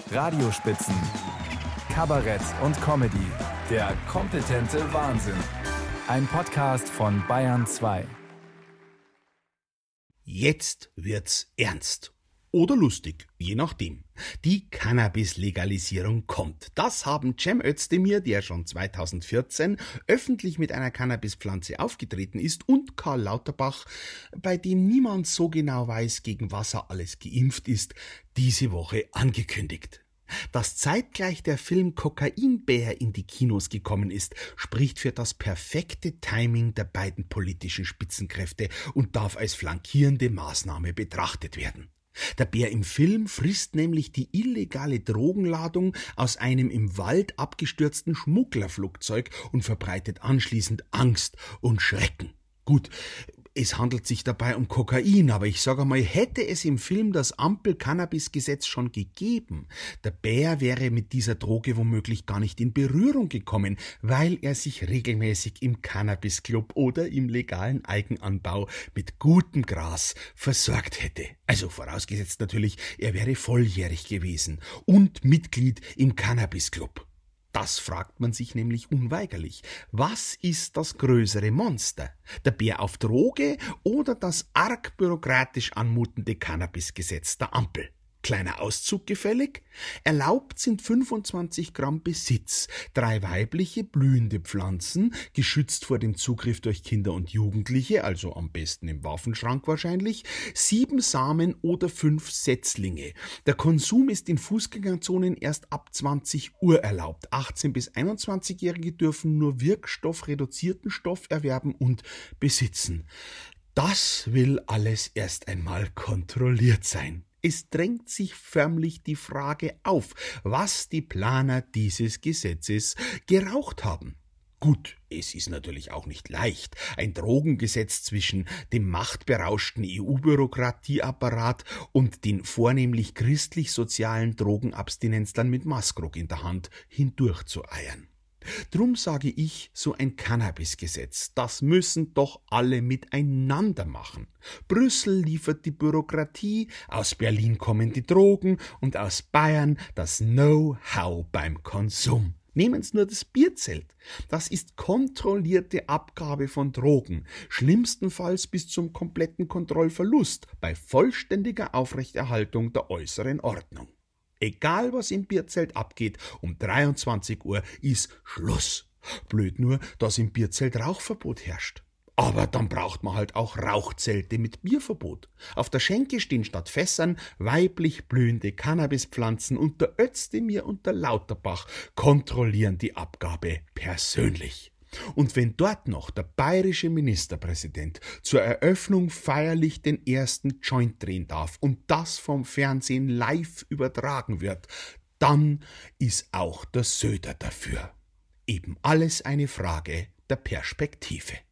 Radiospitzen, Kabarett und Comedy. Der kompetente Wahnsinn. Ein Podcast von Bayern 2. Jetzt wird's ernst. Oder lustig, je nachdem. Die Cannabis-Legalisierung kommt. Das haben Cem Özdemir, der schon 2014 öffentlich mit einer Cannabispflanze aufgetreten ist, und Karl Lauterbach, bei dem niemand so genau weiß, gegen was er alles geimpft ist, diese Woche angekündigt. Dass zeitgleich der Film Kokainbär in die Kinos gekommen ist, spricht für das perfekte Timing der beiden politischen Spitzenkräfte und darf als flankierende Maßnahme betrachtet werden. Der Bär im Film frisst nämlich die illegale Drogenladung aus einem im Wald abgestürzten Schmugglerflugzeug und verbreitet anschließend Angst und Schrecken. Gut, es handelt sich dabei um Kokain, aber ich sage mal, hätte es im Film das Ampel-Cannabis-Gesetz schon gegeben, der Bär wäre mit dieser Droge womöglich gar nicht in Berührung gekommen, weil er sich regelmäßig im Cannabis-Club oder im legalen Eigenanbau mit gutem Gras versorgt hätte. Also vorausgesetzt natürlich, er wäre volljährig gewesen und Mitglied im Cannabis-Club. Das fragt man sich nämlich unweigerlich. Was ist das größere Monster? Der Bär auf Droge oder das arg bürokratisch anmutende Cannabisgesetz der Ampel? Kleiner Auszug gefällig? Erlaubt sind 25 Gramm Besitz, 3 weibliche, blühende Pflanzen, geschützt vor dem Zugriff durch Kinder und Jugendliche, also am besten im Waffenschrank wahrscheinlich, 7 Samen oder 5 Setzlinge. Der Konsum ist in Fußgängerzonen erst ab 20 Uhr erlaubt. 18- bis 21-Jährige dürfen nur wirkstoffreduzierten Stoff erwerben und besitzen. Das will alles erst einmal kontrolliert sein. Es drängt sich förmlich die Frage auf, was die Planer dieses Gesetzes geraucht haben. Gut, es ist natürlich auch nicht leicht, ein Drogengesetz zwischen dem machtberauschten EU-Bürokratieapparat und den vornehmlich christlich-sozialen Drogenabstinenzlern mit Maßkrug in der Hand hindurchzueiern. Drum sage ich, so ein Cannabisgesetz, das müssen doch alle miteinander machen. Brüssel liefert die Bürokratie, aus Berlin kommen die Drogen und aus Bayern das Know-how beim Konsum. Nehmen's nur das Bierzelt. Das ist kontrollierte Abgabe von Drogen, schlimmstenfalls bis zum kompletten Kontrollverlust, bei vollständiger Aufrechterhaltung der äußeren Ordnung. Egal was im Bierzelt abgeht, um 23 Uhr ist Schluss. Blöd nur, dass im Bierzelt Rauchverbot herrscht. Aber dann braucht man halt auch Rauchzelte mit Bierverbot. Auf der Schenke stehen statt Fässern weiblich blühende Cannabispflanzen und der Özdemir und der Lauterbach kontrollieren die Abgabe persönlich. Und wenn dort noch der bayerische Ministerpräsident zur Eröffnung feierlich den ersten Joint drehen darf und das vom Fernsehen live übertragen wird, dann ist auch der Söder dafür. Eben alles eine Frage der Perspektive.